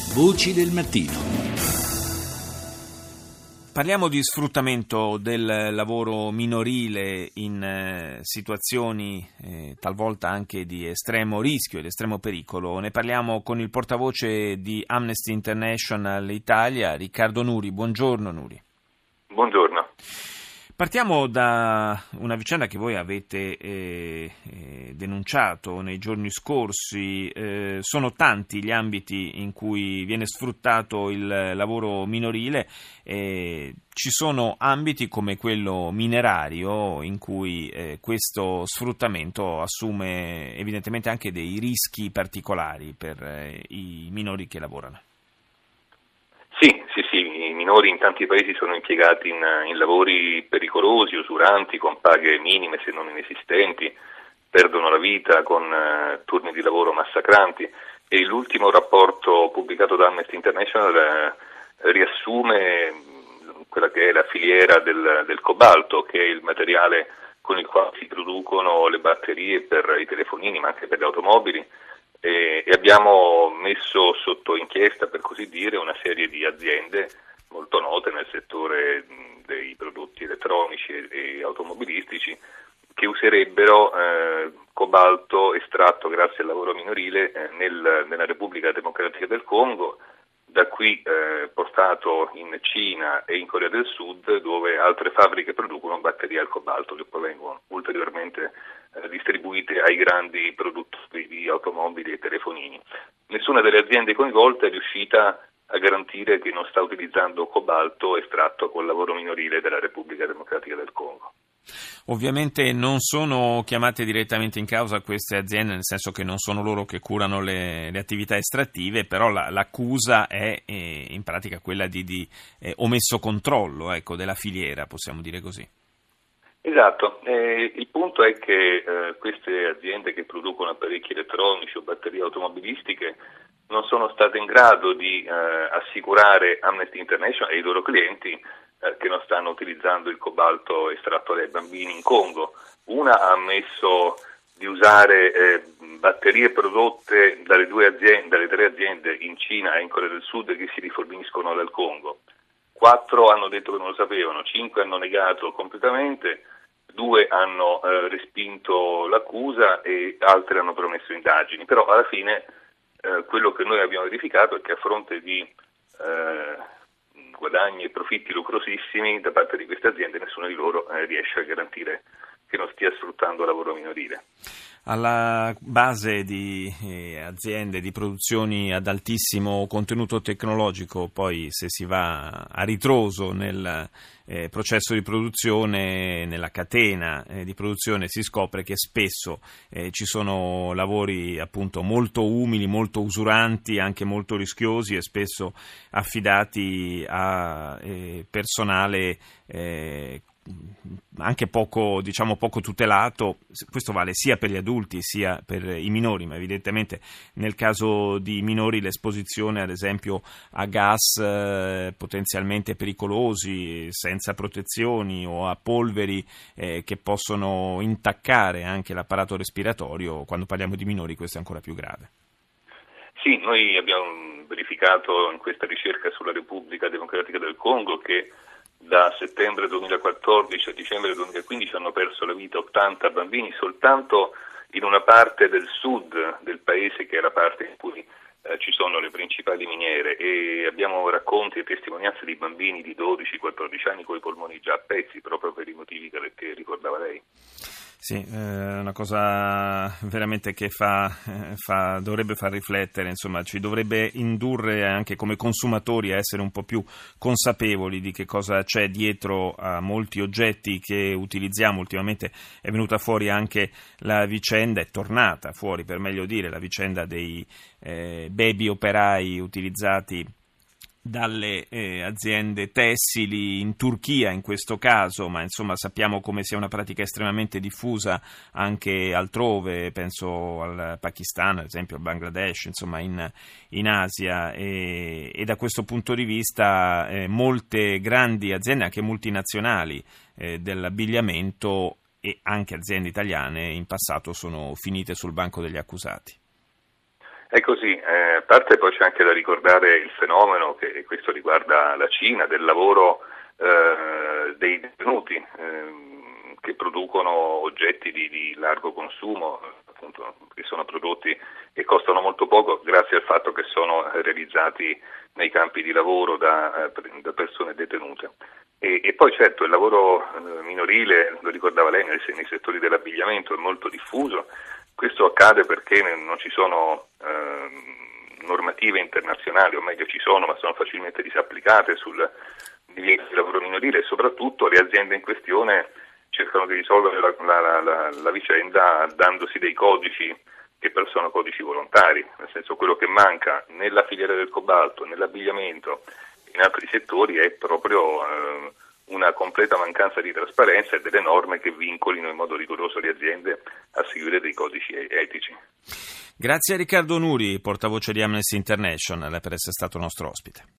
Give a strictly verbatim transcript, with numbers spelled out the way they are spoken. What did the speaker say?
Voci del mattino. Parliamo di sfruttamento del lavoro minorile in eh, situazioni eh, talvolta anche di estremo rischio ed estremo pericolo. Ne parliamo con il portavoce di Amnesty International Italia, Riccardo Nuri. Buongiorno Nuri. Buongiorno. Partiamo da una vicenda che voi avete eh, eh, denunciato nei giorni scorsi. Eh, sono tanti gli ambiti in cui viene sfruttato il lavoro minorile. Eh, ci sono ambiti come quello minerario in cui eh, questo sfruttamento assume evidentemente anche dei rischi particolari per eh, i minori che lavorano. Sì, sì, sì, i minori in tanti paesi sono impiegati in, in lavori pericolosi, usuranti, con paghe minime se non inesistenti, perdono la vita con eh, turni di lavoro massacranti e l'ultimo rapporto pubblicato da Amnesty International eh, riassume quella che è la filiera del, del cobalto, che è il materiale con il quale si producono le batterie per i telefonini, ma anche per le automobili. E abbiamo messo sotto inchiesta, per così dire, una serie di aziende molto note nel settore dei prodotti elettronici e automobilistici che userebbero eh, cobalto estratto grazie al lavoro minorile eh, nel, nella Repubblica Democratica del Congo, da qui eh, portato in Cina e in Corea del Sud, dove altre fabbriche producono batterie al cobalto che poi vengono ulteriormente eh, distribuite ai grandi produttori di automobili e telefonini. Nessuna delle aziende coinvolte è riuscita a garantire che non sta utilizzando cobalto estratto col lavoro minorile della Repubblica Democratica del Congo. Ovviamente non sono chiamate direttamente in causa queste aziende, nel senso che non sono loro che curano le, le attività estrattive, però la, l'accusa è eh, in pratica quella di, di eh, omesso controllo, ecco, della filiera, possiamo dire così. Esatto, eh, il punto è che eh, queste aziende che producono apparecchi elettronici o batterie automobilistiche non sono state in grado di eh, assicurare Amnesty International e i loro clienti eh, che non stanno utilizzando il cobalto estratto dai bambini in Congo. Una ha ammesso di usare eh, batterie prodotte dalle due aziende, dalle tre aziende in Cina e in Corea del Sud che si riforniscono dal Congo. Quattro hanno detto che non lo sapevano, cinque hanno negato completamente, due hanno eh, respinto l'accusa e altri hanno promesso indagini. Però alla fine eh, quello che noi abbiamo verificato è che a fronte di eh, guadagni e profitti lucrosissimi da parte di queste aziende, nessuno di loro eh, riesce a garantire che non stia sfruttando lavoro minorile. Alla base di eh, aziende di produzioni ad altissimo contenuto tecnologico, poi se si va a ritroso nel eh, processo di produzione, nella catena eh, di produzione, si scopre che spesso eh, ci sono lavori appunto molto umili, molto usuranti, anche molto rischiosi e spesso affidati a eh, personale eh, anche poco, diciamo, poco tutelato. Questo vale sia per gli adulti sia per i minori, ma evidentemente nel caso di minori l'esposizione ad esempio a gas eh, potenzialmente pericolosi, senza protezioni, o a polveri eh, che possono intaccare anche l'apparato respiratorio, quando parliamo di minori questo è ancora più grave. Sì, noi abbiamo verificato in questa ricerca sulla Repubblica Democratica del Congo che da settembre duemilaquattordici a dicembre duemilaquindici hanno perso la vita ottanta bambini soltanto in una parte del sud del paese, che è la parte in cui eh, ci sono le principali miniere, e abbiamo racconti e testimonianze di bambini di dodici quattordici anni con i polmoni già a pezzi, proprio per i motivi che ricordava lei. Sì, è eh, una cosa veramente che fa, eh, fa, dovrebbe far riflettere, insomma, ci dovrebbe indurre anche come consumatori a essere un po' più consapevoli di che cosa c'è dietro a molti oggetti che utilizziamo. Ultimamente è venuta fuori anche la vicenda, è tornata fuori per meglio dire, la vicenda dei eh, baby operai utilizzati dalle eh, aziende tessili in Turchia in questo caso, ma insomma sappiamo come sia una pratica estremamente diffusa anche altrove, penso al Pakistan, ad esempio al Bangladesh, insomma in, in Asia, e, e da questo punto di vista eh, molte grandi aziende, anche multinazionali eh, dell'abbigliamento e anche aziende italiane in passato sono finite sul banco degli accusati. È così, eh, a parte poi c'è anche da ricordare il fenomeno, che questo riguarda la Cina, del lavoro eh, dei detenuti eh, che producono oggetti di, di largo consumo, appunto, che sono prodotti che costano molto poco grazie al fatto che sono realizzati nei campi di lavoro da, da persone detenute. E, e poi certo il lavoro eh, minorile, lo ricordava lei, nei, nei settori dell'abbigliamento è molto diffuso. Questo accade perché non ci sono eh, normative internazionali, o meglio ci sono, ma sono facilmente disapplicate sul divieto di lavoro minorile, e soprattutto le aziende in questione cercano di risolvere la, la, la, la vicenda dandosi dei codici che però sono codici volontari, nel senso quello che manca nella filiera del cobalto, nell'abbigliamento, in altri settori è proprio eh, una completa mancanza di trasparenza e delle norme che vincolino in modo rigoroso le aziende a seguire dei codici etici. Grazie a Riccardo Nuri, portavoce di Amnesty International, per essere stato nostro ospite.